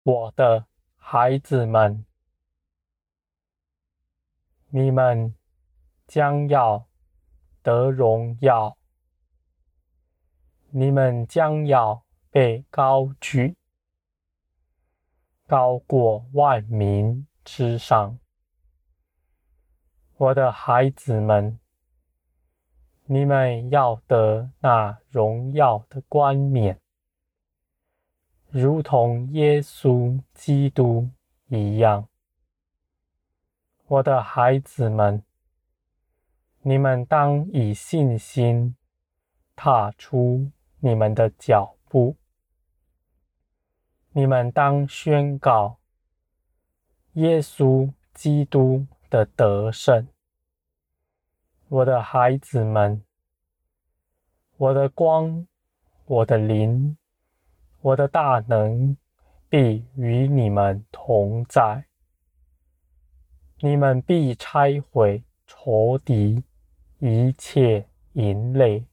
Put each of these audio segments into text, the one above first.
我的孩子们，你们将要得荣耀，你们将要被高举，高过万民之上。我的孩子们，你们要得那荣耀的冠冕，如同耶稣基督一样。我的孩子们，你们当以信心踏出你们的脚步，你们当宣告耶稣基督的得胜。我的孩子们，我的光，我的灵，我的大能必与你们同在。你们必拆毁仇敌一切营垒，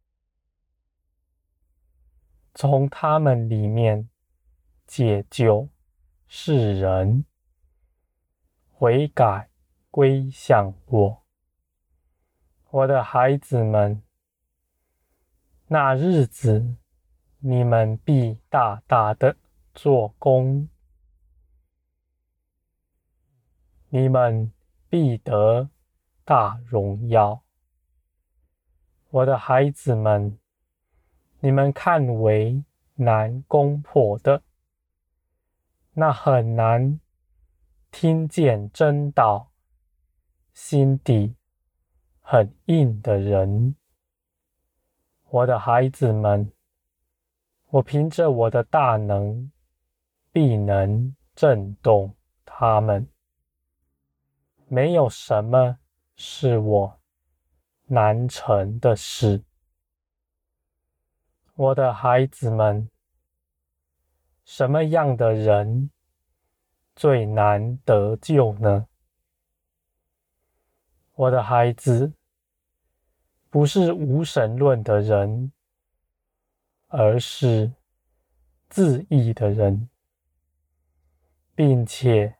从他们里面解救世人，悔改归向我。我的孩子们，那日子你们必大大的做工，你们必得大荣耀。我的孩子们，你们看为难攻破的，那很难听见真道，心底很硬的人。我的孩子们，我凭着我的大能，必能震动他们。没有什么是我难成的事。我的孩子们，什么样的人最难得救呢？我的孩子，不是无神论的人，而是自义的人，并且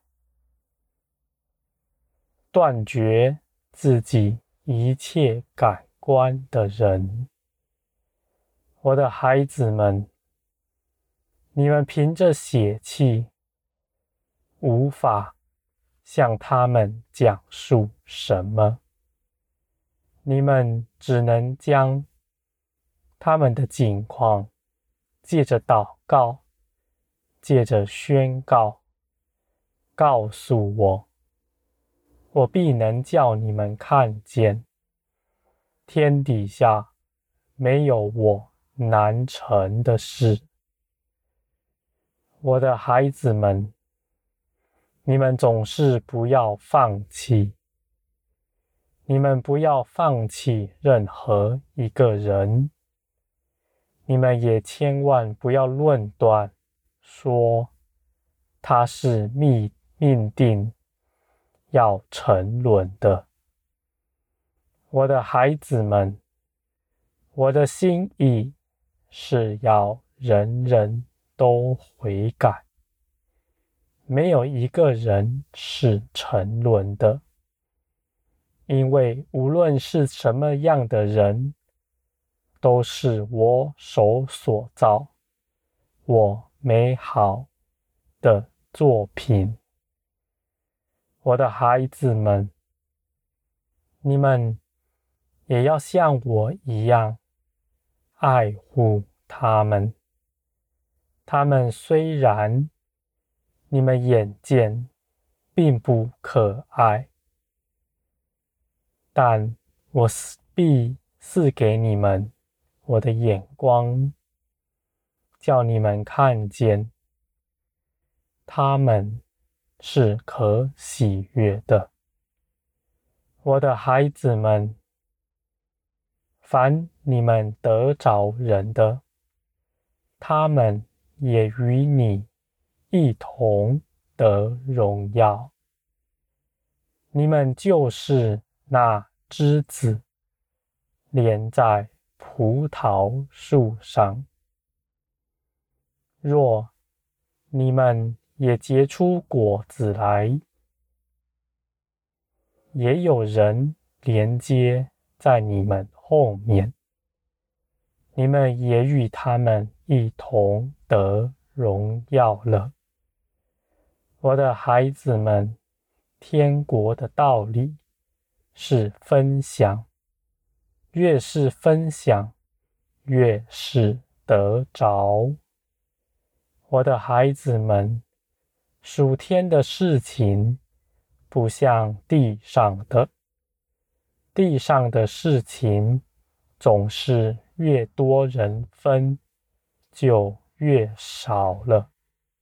断绝自己一切感官的人。我的孩子们，你们凭着血气无法向他们讲述什么，你们只能将他们的境况借着祷告，借着宣告，告诉我，我必能叫你们看见，天底下没有我难成的事。我的孩子们，你们总是不要放弃，你们不要放弃任何一个人，你们也千万不要论断说他是命定要沉沦的。我的孩子们，我的心意是要人人都悔改，没有一个人是沉沦的，因为无论是什么样的人，都是我手所造，我美好的作品。我的孩子们，你们也要像我一样爱护他们。他们虽然你们眼见并不可爱，但我必赐给你们我的眼光，叫你们看见他们是可喜悦的。我的孩子们，凡你们得着人的，他们也与你一同得荣耀。你们就是那枝子连在葡萄树上。若你们也结出果子来，也有人连接在你们后面，你们也与他们一同得荣耀了。我的孩子们，天国的道理是分享，越是分享，越是得着。我的孩子们，属天的事情不像地上的，地上的事情总是越多人分，就越少了。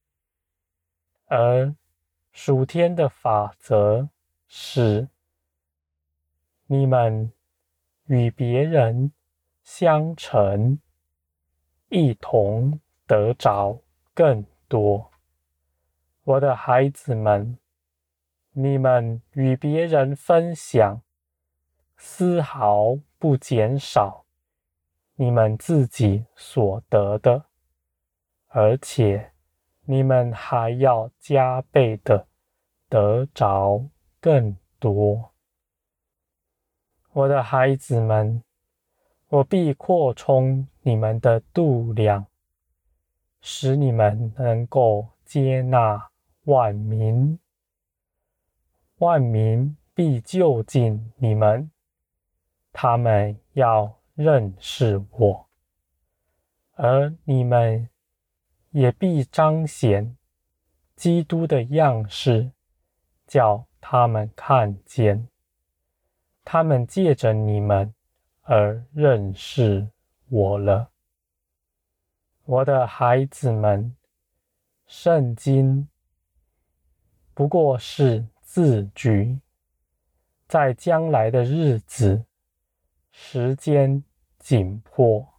而属天的法则是，你们与别人相乘，一同得着更多。我的孩子们，你们与别人分享，丝毫不减少你们自己所得的，而且你们还要加倍的得着更多。我的孩子们，我必扩充你们的度量，使你们能够接纳万民。万民必就近你们，他们要认识我，而你们也必彰显基督的样式，叫他们看见，他们借着你们而认识我了。我的孩子们，圣经不过是字句，在将来的日子，时间紧迫，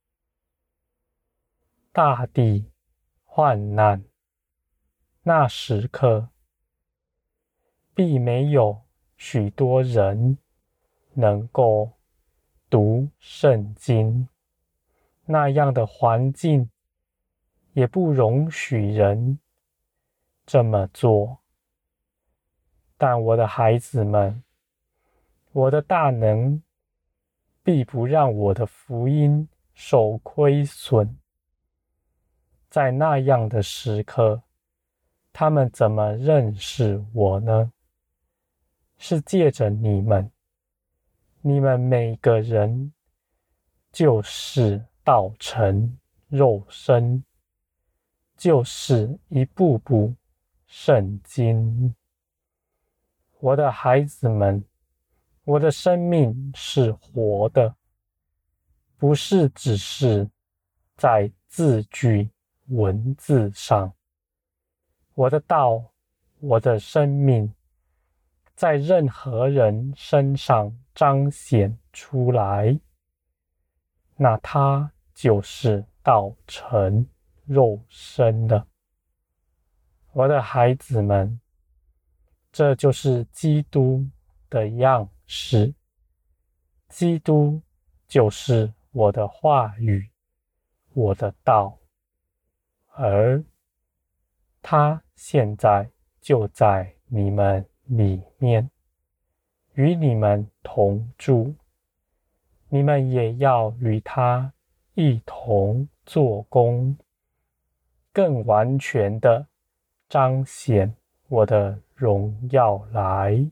大地患难，那时刻必没有许多人能够读圣经，那样的环境也不容许人这么做。但我的孩子们，我的大能必不让我的福音受亏损。在那样的时刻，他们怎么认识我呢？是借着你们，你们每个人就是道成肉身，就是一部部圣经。我的孩子们，我的生命是活的，不是只是在字句文字上。我的道，我的生命，在任何人身上彰显出来，那他就是道成肉身了。我的孩子们，这就是基督的样式。基督就是我的话语，我的道，而他现在就在你们里面，与你们同住。你们也要与他一同做工，更完全的彰显我的荣耀来。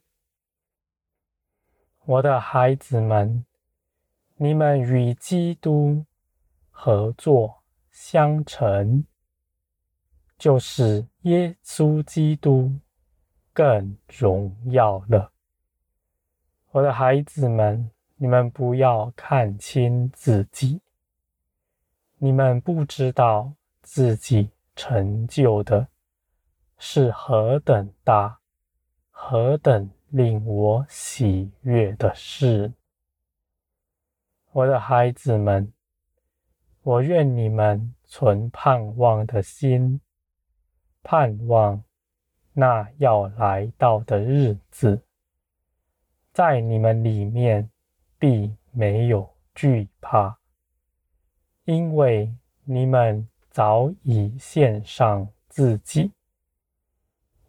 我的孩子们，你们与基督合作相成，就是耶稣基督更荣耀了。我的孩子们，你们不要看轻自己，你们不知道自己成就的是何等大，何等令我喜悦的事。我的孩子们，我愿你们存盼望的心，盼望那要来到的日子，在你们里面必没有惧怕，因为你们早已献上自己，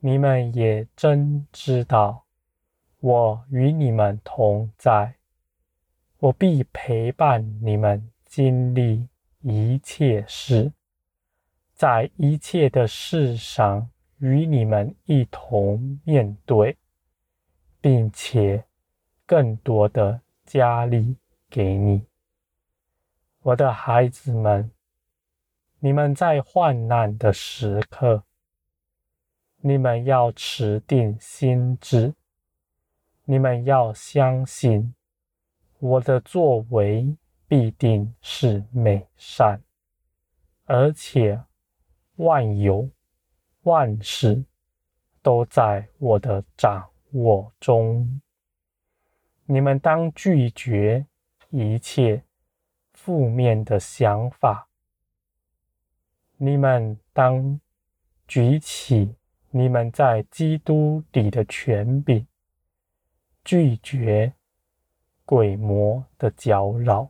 你们也真知道，我与你们同在，我必陪伴你们经历一切事，在一切的事上与你们一同面对，并且更多的加力给你。我的孩子们，你们在患难的时刻，你们要持定心志，你们要相信我的作为必定是美善，而且万有万事都在我的掌握中。你们当拒绝一切负面的想法，你们当举起你们在基督里的权柄，拒绝鬼魔的搅扰。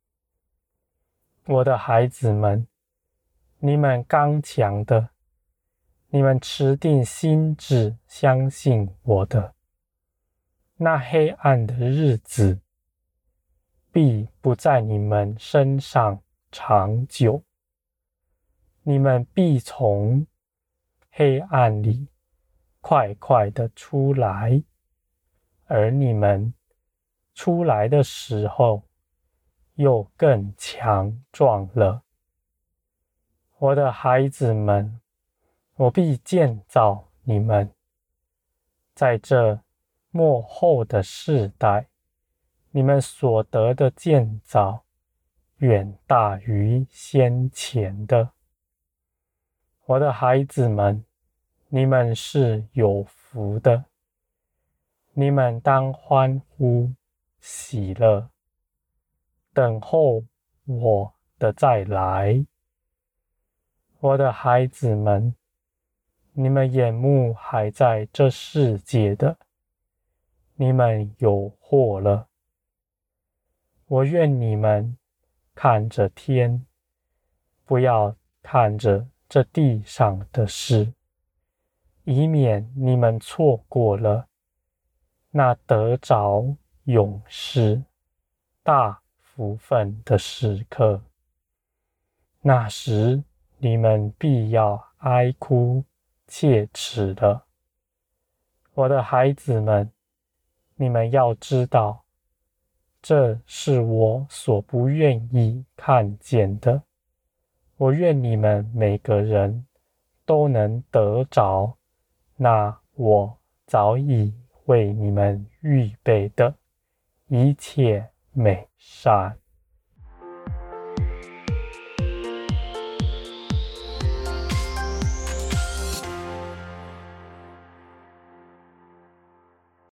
我的孩子们，你们刚强的，你们持定心志，相信我的，那黑暗的日子必不在你们身上长久，你们必从黑暗里快快的出来，而你们出来的时候又更强壮了。我的孩子们，我必建造你们，在这末后的世代，你们所得的建造远大于先前的。我的孩子们，你们是有福的，你们当欢呼喜乐，等候我的再来。我的孩子们，你们眼目还在这世界的，你们有祸了。我愿你们看着天，不要看着这地上的事，以免你们错过了那得着永世大福分的时刻。那时你们必要哀哭切齿了。我的孩子们，你们要知道，这是我所不愿意看见的。我愿你们每个人都能得着那我早已为你们预备的一切美善。